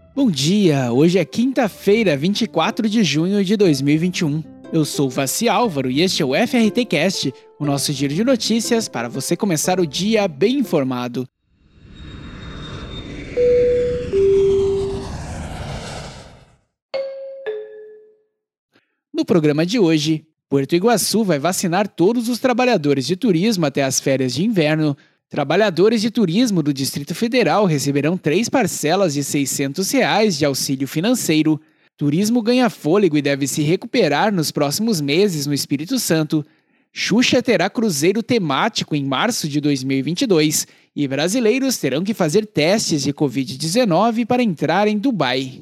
Bom dia, hoje é quinta-feira, 24 de junho de 2021. Eu sou o Vassi Álvaro e este é o FRT Cast, o nosso giro de notícias para você começar o dia bem informado. No programa de hoje, Porto Iguaçu vai vacinar todos os trabalhadores de turismo até as férias de inverno. Trabalhadores de turismo do Distrito Federal receberão 3 parcelas de R$ 600 de auxílio financeiro. Turismo ganha fôlego e deve se recuperar nos próximos meses no Espírito Santo. Xuxa terá cruzeiro temático em março de 2022 e brasileiros terão que fazer testes de Covid-19 para entrar em Dubai.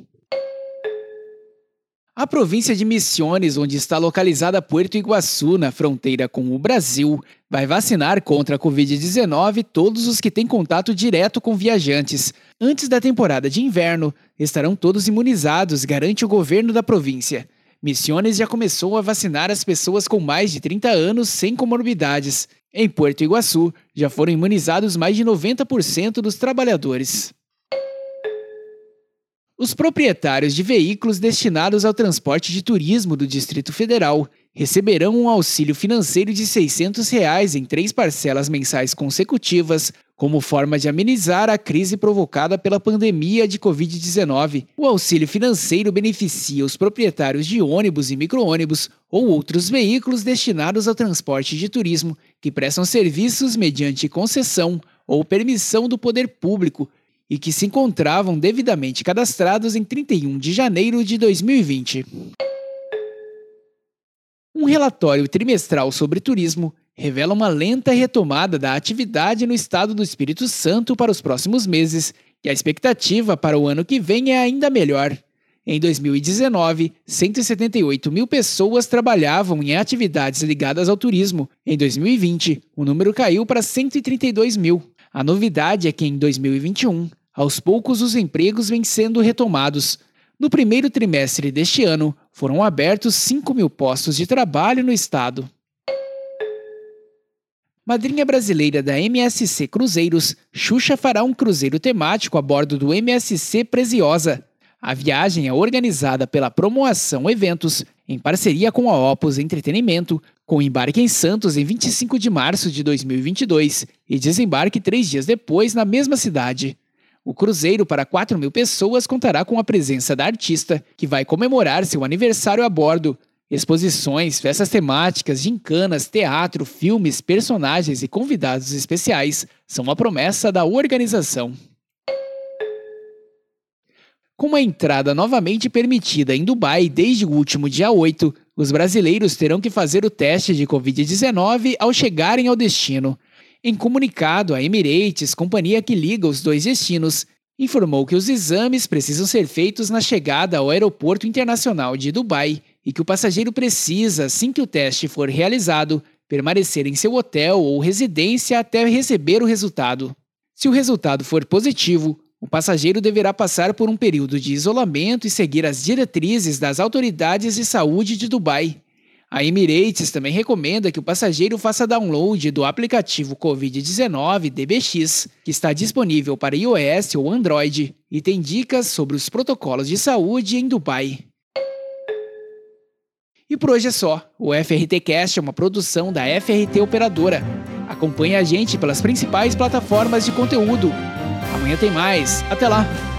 A província de Misiones, onde está localizada Porto Iguaçu, na fronteira com o Brasil, vai vacinar contra a Covid-19 todos os que têm contato direto com viajantes. Antes da temporada de inverno, estarão todos imunizados, garante o governo da província. Misiones já começou a vacinar as pessoas com mais de 30 anos sem comorbidades. Em Porto Iguaçu, já foram imunizados mais de 90% dos trabalhadores. Os proprietários de veículos destinados ao transporte de turismo do Distrito Federal receberão um auxílio financeiro de R$ 600 em 3 parcelas mensais consecutivas, como forma de amenizar a crise provocada pela pandemia de Covid-19. O auxílio financeiro beneficia os proprietários de ônibus e micro-ônibus ou outros veículos destinados ao transporte de turismo, que prestam serviços mediante concessão ou permissão do poder público, e que se encontravam devidamente cadastrados em 31 de janeiro de 2020. Um relatório trimestral sobre turismo revela uma lenta retomada da atividade no estado do Espírito Santo para os próximos meses, e a expectativa para o ano que vem é ainda melhor. Em 2019, 178 mil pessoas trabalhavam em atividades ligadas ao turismo. Em 2020, o número caiu para 132 mil. A novidade é que em 2021, aos poucos os empregos vêm sendo retomados. No primeiro trimestre deste ano, foram abertos 5 mil postos de trabalho no estado. Madrinha brasileira da MSC Cruzeiros, Xuxa fará um cruzeiro temático a bordo do MSC Preziosa. A viagem é organizada pela Promoação Eventos, em parceria com a Opus Entretenimento, com embarque em Santos em 25 de março de 2022 e desembarque 3 dias depois na mesma cidade. O cruzeiro para 4 mil pessoas contará com a presença da artista, que vai comemorar seu aniversário a bordo. Exposições, festas temáticas, gincanas, teatro, filmes, personagens e convidados especiais são uma promessa da organização. Com a entrada novamente permitida em Dubai desde o último dia 8, os brasileiros terão que fazer o teste de Covid-19 ao chegarem ao destino. Em comunicado, a Emirates, companhia que liga os dois destinos, informou que os exames precisam ser feitos na chegada ao Aeroporto Internacional de Dubai e que o passageiro precisa, assim que o teste for realizado, permanecer em seu hotel ou residência até receber o resultado. Se o resultado for positivo, o passageiro deverá passar por um período de isolamento e seguir as diretrizes das autoridades de saúde de Dubai. A Emirates também recomenda que o passageiro faça download do aplicativo Covid-19 DBX, que está disponível para iOS ou Android, e tem dicas sobre os protocolos de saúde em Dubai. E por hoje é só. O FRT Cast é uma produção da FRT Operadora. Acompanhe a gente pelas principais plataformas de conteúdo. Amanhã tem mais. Até lá!